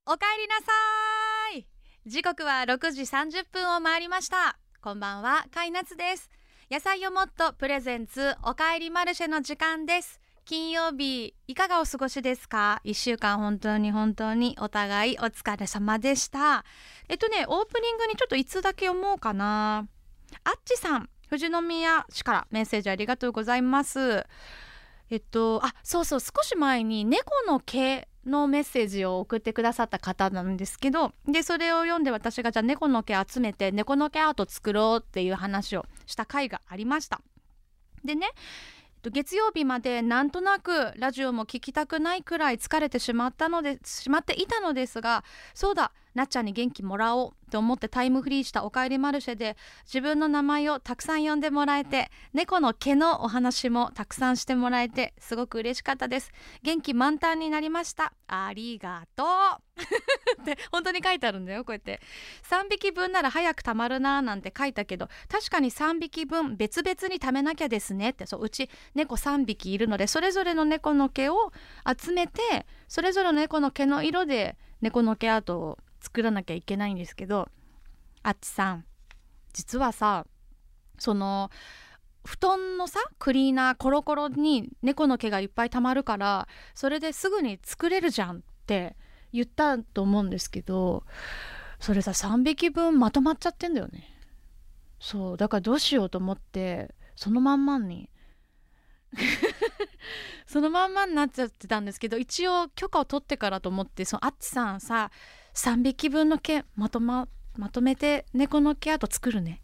おかえりなさい。時刻は6時30分を回りました。こんばんは、かいなつです。野菜をもっとプレゼンツおかえりマルシェの時間です。金曜日いかがお過ごしですか？1週間本当にお互いお疲れ様でした。オープニングにちょっといつだけ読もうかな。あっちさん、富士宮市からメッセージありがとうございます。そう少し前に猫の毛のメッセージを送ってくださった方なんですけど、でそれを読んで私がじゃあ猫の毛集めて猫の毛アート作ろうっていう話をした回がありました。でね、月曜日までなんとなくラジオも聞きたくないくらい疲れてしまっていたのですが、そうだ、なっちゃんに元気もらおうと思ってタイムフリーしたおかえりマルシェで自分の名前をたくさん呼んでもらえて、猫の毛のお話もたくさんしてもらえてすごく嬉しかったです。元気満タンになりました。ありがとうって本当に書いてあるんだよ。こうやって3匹分なら早くたまるなーなんて書いたけど、確かに3匹分別々に貯めなきゃですねって。そう、うち猫3匹いるので、それぞれの猫の毛を集めて、それぞれの猫の毛の色で猫の毛アートを作らなきゃいけないんですけど、あっちさん、実はさ、その布団のさクリーナーコロコロに猫の毛がいっぱいたまるから、それですぐに作れるじゃんって言ったと思うんですけど、それさ3匹分まとまっちゃってんだよね。そうだからどうしようと思って、そのまんまにそのまんまになっちゃってたんですけど、一応許可を取ってからと思って、そのあっちさんさ3匹分の毛まとめて猫の毛アート作るね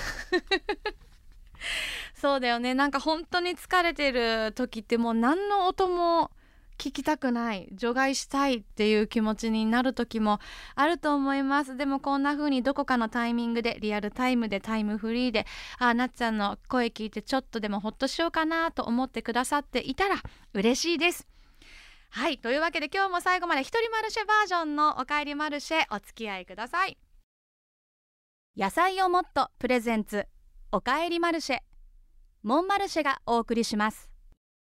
そうだよね。なんか本当に疲れてる時ってもう何の音も聞きたくない、除外したいっていう気持ちになる時もあると思います。でもこんな風にどこかのタイミングでリアルタイムでタイムフリーでなっちゃんの声聞いてちょっとでもほっとしようかなと思ってくださっていたら嬉しいです。はい、というわけで今日も最後まで一人マルシェバージョンのおかえりマルシェお付き合いください。野菜をもっとプレゼンツおかえりマルシェ、モンマルシェがお送りします。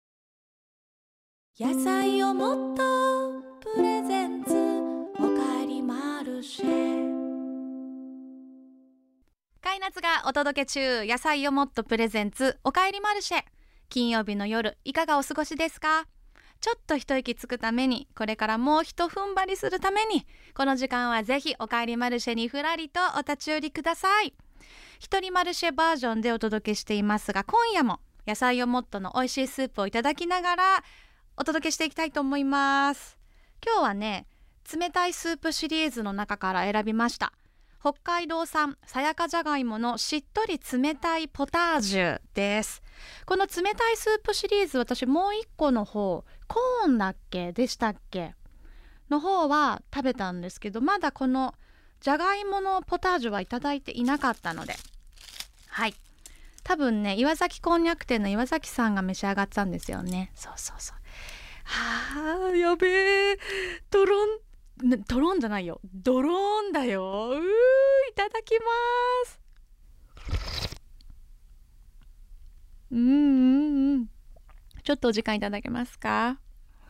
野菜をもっとプレゼンツおかえりマルシェ、かいなつがお届け中、野菜をもっとプレゼンツおかえりマルシェ。金曜日の夜いかがお過ごしですか？ちょっと一息つくために、これからもう一踏ん張りするために、この時間はぜひおかえりマルシェにふらりとお立ち寄りください。一人マルシェバージョンでお届けしていますが、今夜も野菜をもっとの美味しいスープをいただきながらお届けしていきたいと思います。今日はね、冷たいスープシリーズの中から選びました。北海道産さやかじゃがいものしっとり冷たいポタージュです。この冷たいスープシリーズ、私もう一個の方、コーンだっけでしたっけの方は食べたんですけど、まだこのじゃがいものポタージュはいただいていなかったので、はい、多分ね、岩崎こんにゃく店の岩崎さんが召し上がったんですよね。そうやべえ、トロンじゃないよ、ドローンだよ。いただきます。ちょっとお時間いただけますか？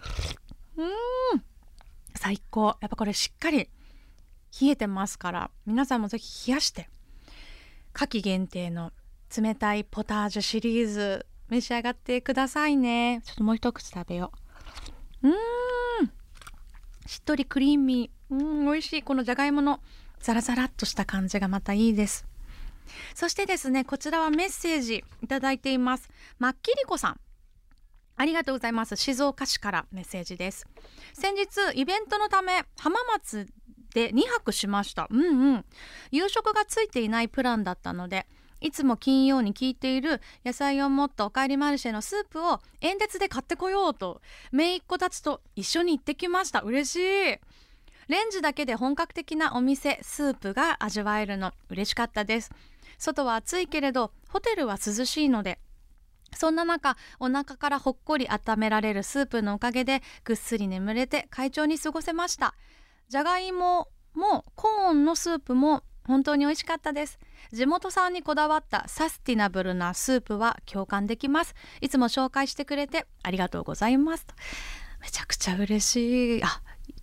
最高。やっぱこれしっかり冷えてますから、皆さんもぜひ冷やして夏季限定の冷たいポタージュシリーズ召し上がってくださいね。ちょっともう一口食べよう。しっとりクリーミー。美味しい。このじゃがいものザラザラっとした感じがまたいいです。そしてですね、こちらはメッセージいただいています。まっきりこさん、ありがとうございます。静岡市からメッセージです。先日イベントのため浜松で2泊しました。夕食がついていないプランだったので、いつも金曜に聞いている野菜をもっとおかえりマルシェのスープを演説で買ってこようと、姪っ子たちと一緒に行ってきました。嬉しい。レンジだけで本格的なお店スープが味わえるの嬉しかったです。外は暑いけれどホテルは涼しいので、そんな中お腹からほっこり温められるスープのおかげでぐっすり眠れて快調に過ごせました。じゃがいももコーンのスープも本当に美味しかったです。地元産にこだわったサスティナブルなスープは共感できます。いつも紹介してくれてありがとうございます。めちゃくちゃ嬉しい。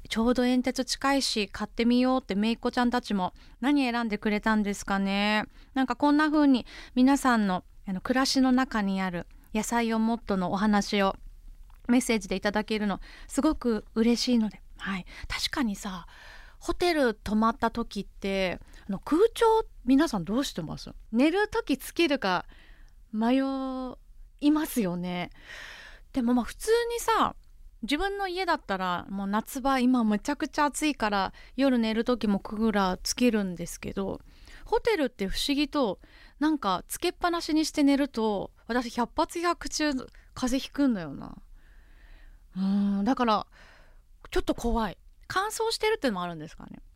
ちょうど煙突近いし買ってみようってめいっ子ちゃんたちも何選んでくれたんですかね。なんかこんな風に皆さんの暮らしの中にある野菜をモットーのお話をメッセージでいただけるのすごく嬉しいので、はい、確かにさ、ホテル泊まった時って空調皆さんどうしてます？寝る時つけるか迷いますよね。でも普通にさ、自分の家だったらもう夏場今めちゃくちゃ暑いから夜寝る時もクーラーつけるんですけど、ホテルって不思議となんかつけっぱなしにして寝ると私百発百中風邪ひくんだよな。だからちょっと怖い。乾燥してるっていうのもあるんですかね。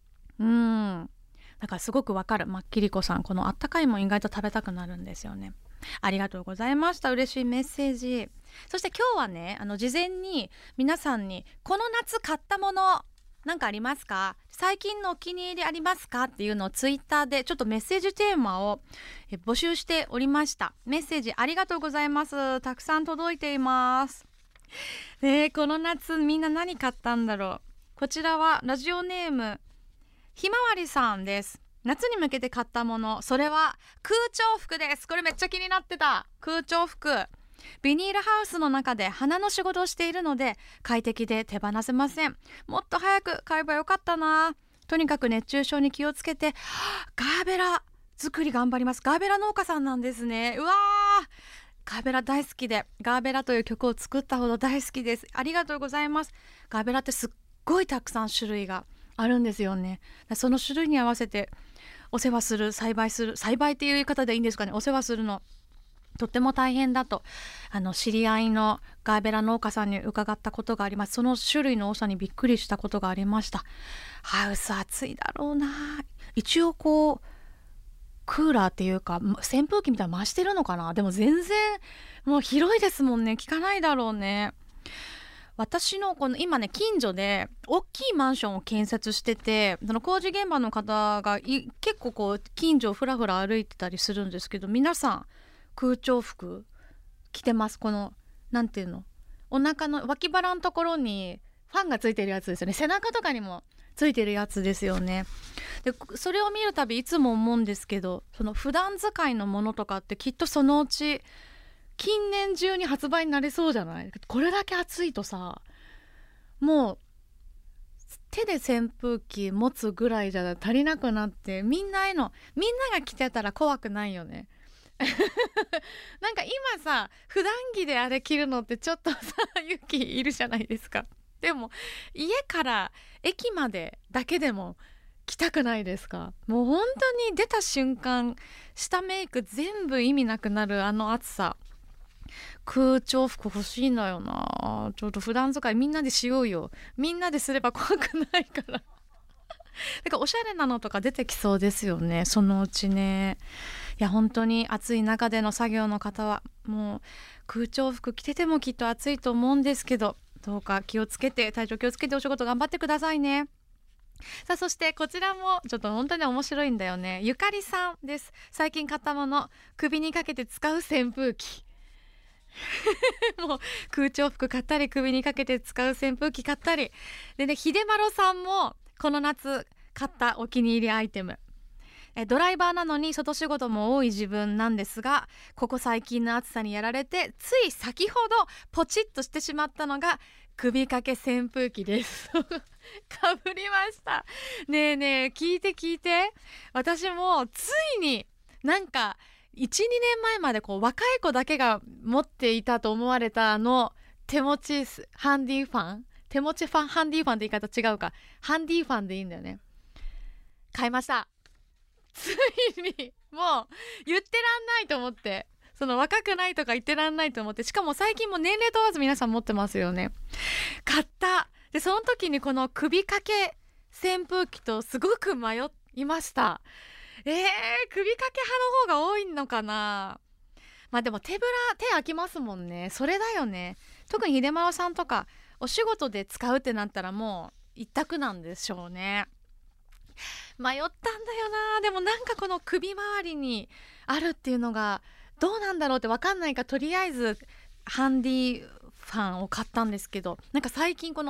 だからすごくわかる。キリコさん、このあったかいもん意外と食べたくなるんですよね。ありがとうございました。嬉しいメッセージ。そして今日はね、事前に皆さんにこの夏買ったものなんかありますか、最近のお気に入りありますかっていうのをツイッターでちょっとメッセージテーマを募集しておりました。メッセージありがとうございます。たくさん届いています。この夏みんな何買ったんだろう。こちらはラジオネームひまわりさんです。夏に向けて買ったもの、それは空調服です。これめっちゃ気になってた。空調服、ビニールハウスの中で花の仕事をしているので快適で手放せません。もっと早く買えばよかったな。とにかく熱中症に気をつけてガーベラ作り頑張ります。ガーベラ農家さんなんですね。うわー、ガーベラ大好きで、ガーベラという曲を作ったほど大好きです。ありがとうございます。ガーベラってすっごいたくさん種類があるんですよね。その種類に合わせてお世話する、栽培っていう言い方でいいんですかね。お世話するのとっても大変だと知り合いのガーベラ農家さんに伺ったことがあります。その種類の多さにびっくりしたことがありました。ハウス暑いだろうな。一応こうクーラーっていうか扇風機みたいなの回してるのかな。でも全然もう広いですもんね。効かないだろうね。私のこの今ね、近所で大きいマンションを建設してて、その工事現場の方が結構こう近所をふらふら歩いてたりするんですけど、皆さん空調服着てます。このなんていうの、お腹の脇腹のところにファンがついてるやつですよね。背中とかにもついてるやつですよね。でそれを見るたびいつも思うんですけど、その普段使いのものとかってきっとそのうち近年中に発売になりそうじゃない？これだけ暑いとさ、もう手で扇風機持つぐらいじゃ足りなくなって、みんなが着てたら怖くないよね。なんか今さ、普段着であれ着るのってちょっとさ勇気いるじゃないですか。でも家から駅までだけでも着たくないですか？もう本当に出た瞬間下メイク全部意味なくなるあの暑さ。空調服欲しいんだよな。ちょっと普段使いみんなでしようよ。みんなですれば怖くないからだからおしゃれなのとか出てきそうですよね、そのうちね。いや本当に暑い中での作業の方はもう空調服着ててもきっと暑いと思うんですけど、どうか体調気をつけてお仕事頑張ってくださいね。さあそしてこちらもちょっと本当に面白いんだよね。ゆかりさんです。最近買ったもの、首にかけて使う扇風機もう空調服買ったり首にかけて使う扇風機買ったりでね、秀丸さんもこの夏買ったお気に入りアイテム、ドライバーなのに外仕事も多い自分なんですが、ここ最近の暑さにやられてつい先ほどポチッとしてしまったのが首掛け扇風機ですかぶりました。ねえねえ聞いて、私もついになんか1、2年前までこう若い子だけが持っていたと思われた手持ちハンディファン、ハンディファンって言い方違うか、ハンディファンでいいんだよね。買いました。ついにもう言ってらんないと思って、その若くないとか言ってらんないと思って、しかも最近も年齢問わず皆さん持ってますよね。買った。でその時にこの首掛け扇風機とすごく迷いました。首掛け派の方が多いのかな。でも手空きますもんね。それだよね。特に秀丸さんとかお仕事で使うってなったらもう一択なんでしょうね。迷ったんだよな。でもなんかこの首周りにあるっていうのがどうなんだろうって分かんないか、とりあえずハンディファンを買ったんですけど、なんか最近この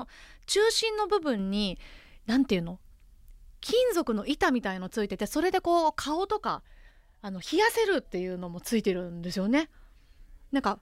中心の部分になんていうの、金属の板みたいのついてて、それでこう顔とか冷やせるっていうのもついてるんですよね。なんか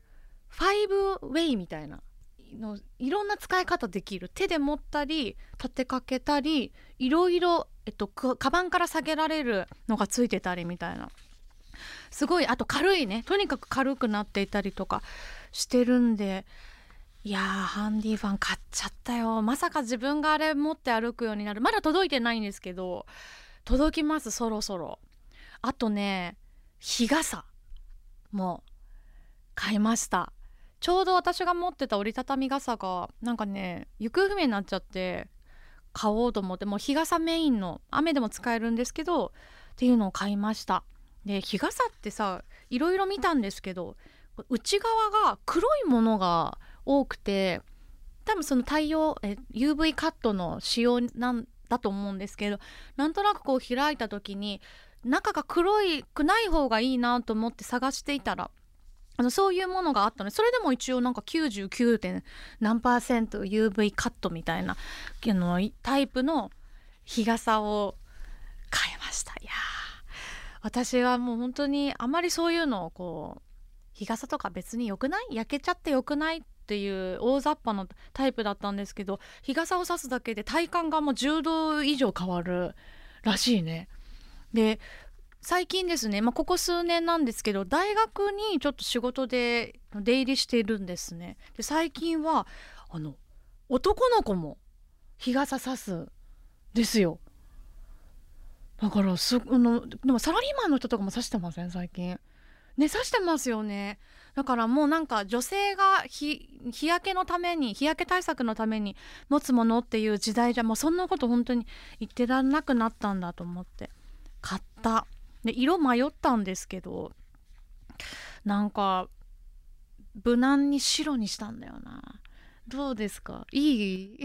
5ウェイみたいなの、いろんな使い方できる。手で持ったり立てかけたり、いろいろ、カバンから下げられるのがついてたりみたいな、すごい。あと軽いね、とにかく軽くなっていたりとかしてるんで、いやー、ハンディファン買っちゃったよ。まさか自分があれ持って歩くようになる。まだ届いてないんですけど、届きます、そろそろ。あとね、日傘も買いました。ちょうど私が持ってた折りたたみ傘がなんかね、行方不明になっちゃって買おうと思って、もう日傘メインの、雨でも使えるんですけどっていうのを買いました。で、日傘ってさ、いろいろ見たんですけど、内側が黒いものが多くて、多分その太陽UV カットの仕様なんだと思うんですけど、なんとなくこう開いた時に中が黒くない方がいいなと思って探していたら、そういうものがあったので、それでも一応なんか 99. 点何%UV カットみたいなタイプの日傘を買いました。いやー、私はもう本当にあまりそういうのをこう、日傘とか別に良くない、焼けちゃって良くないっていう大雑把なタイプだったんですけど、日傘を差すだけで体感がもう10度以上変わるらしいね。で、最近ですね、ここ数年なんですけど、大学にちょっと仕事で出入りしているんですね。で、最近は男の子も日傘差すですよ。だからでもサラリーマンの人とかも差してません最近ね。差してますよね。だからもうなんか女性が日焼けのために、日焼け対策のために持つものっていう時代じゃ、もうそんなこと本当に言ってらんなくなったんだと思って買った。で、色迷ったんですけど、なんか無難に白にしたんだよな。どうですか？いい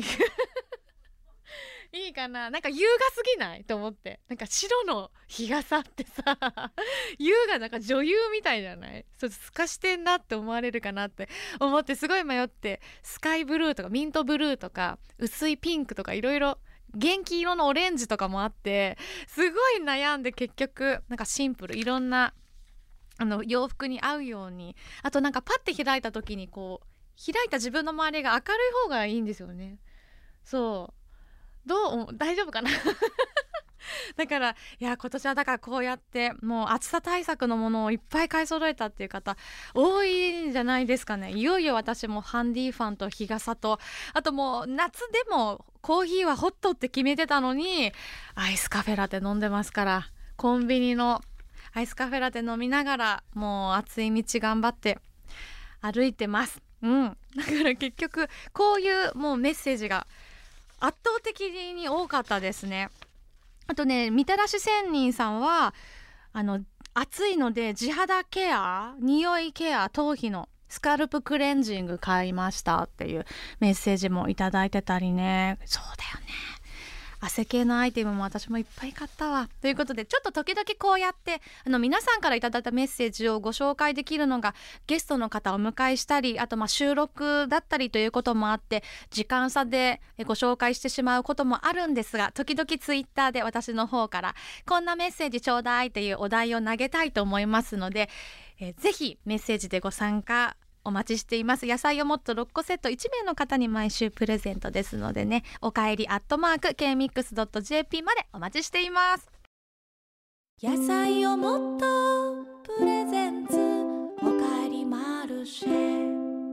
いいかな。なんか優雅すぎないと思って。なんか白の日傘ってさ優雅、なんか女優みたいじゃない？そう、透かしてんなって思われるかなって思って、すごい迷って、スカイブルーとかミントブルーとか薄いピンクとかいろいろ元気色のオレンジとかもあって、すごい悩んで、結局なんかシンプル、いろんな洋服に合うように、あとなんかパッて開いた時にこう開いた自分の周りが明るい方がいいんですよね。そう、大丈夫かなだから、いや、今年はだからこうやってもう暑さ対策のものをいっぱい買い揃えたっていう方多いんじゃないですかね。いよいよ私もハンディファンと日傘と、あともう夏でもコーヒーはホットって決めてたのに、アイスカフェラテ飲んでますから、コンビニのアイスカフェラテ飲みながら、もう暑い道頑張って歩いてます。だから結局こういうもうメッセージが圧倒的に多かったですね。あとね、みたらし仙人さんは暑いので地肌ケア、匂いケア、頭皮のスカルプクレンジング買いましたっていうメッセージもいただいてたりね。そうだよね、汗系のアイテムも私もいっぱい買ったわ。ということで、ちょっと時々こうやって皆さんからいただいたメッセージをご紹介できるのが、ゲストの方をお迎えしたり、あと収録だったりということもあって、時間差でご紹介してしまうこともあるんですが、時々ツイッターで私の方からこんなメッセージちょうだいというお題を投げたいと思いますので、ぜひメッセージでご参加お待ちしています。野菜をもっと6個セット1名の方に毎週プレゼントですのでね、おかえり@kmix.jp までお待ちしています。野菜をもっとプレゼンツ、おかえりマルシェ。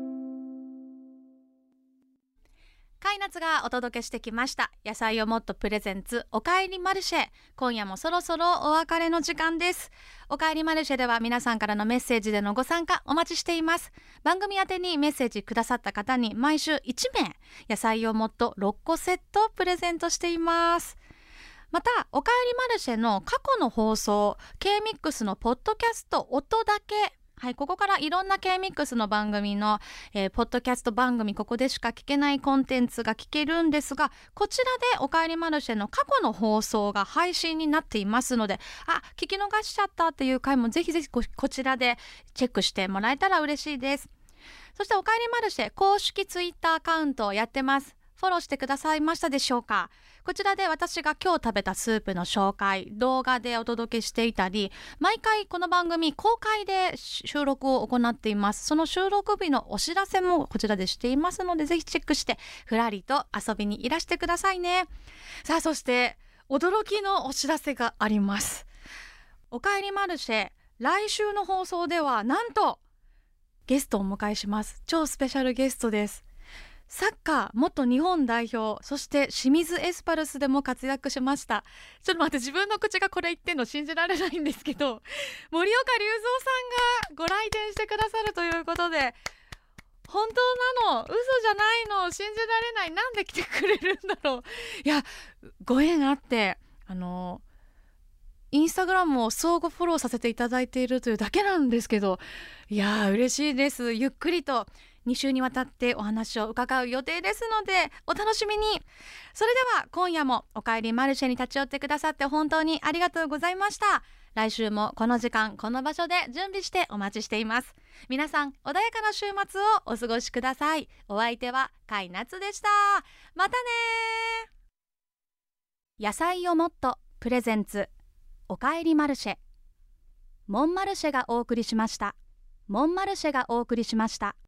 カイナツがお届けしてきました野菜をもっとプレゼンツおかえりマルシェ。今夜もそろそろお別れの時間です。おかえりマルシェでは皆さんからのメッセージでのご参加お待ちしています。番組宛てにメッセージくださった方に毎週1名野菜をもっと6個セットプレゼントしています。またおかえりマルシェの過去の放送 K-MIX のポッドキャスト音だけ、ここからいろんな K-MIX の番組の、ポッドキャスト番組、ここでしか聞けないコンテンツが聞けるんですが、こちらでおかえりマルシェの過去の放送が配信になっていますので、聞き逃しちゃったっていう回もぜひぜひこちらでチェックしてもらえたら嬉しいです。そしておかえりマルシェ公式ツイッターアカウントをやってます。 フォローしてくださいましたでしょうか。こちらで私が今日食べたスープの紹介、動画でお届けしていたり、毎回この番組公開で収録を行っています。その収録日のお知らせもこちらでしていますので、ぜひチェックしてふらりと遊びにいらしてくださいね。さあ、そして驚きのお知らせがあります。おかえりマルシェ、来週の放送ではなんとゲストをお迎えします。超スペシャルゲストです。サッカー元日本代表、そして清水エスパルスでも活躍しました。ちょっと待って、自分の口がこれ言ってんの信じられないんですけど、森岡隆三さんがご来店してくださるということで、本当なの？嘘じゃないの？信じられない。なんで来てくれるんだろう。いや、ご縁あってインスタグラムを相互フォローさせていただいているというだけなんですけど、いや嬉しいです。ゆっくりと2週にわたってお話を伺う予定ですので、お楽しみに。それでは今夜もおかえりマルシェに立ち寄ってくださって本当にありがとうございました。来週もこの時間この場所で準備してお待ちしています。皆さん穏やかな週末をお過ごしください。お相手は甲斐夏でした。またね。野菜をもっとプレゼンツおかえりマルシェ、モンマルシェがお送りしました。モンマルシェがお送りしました。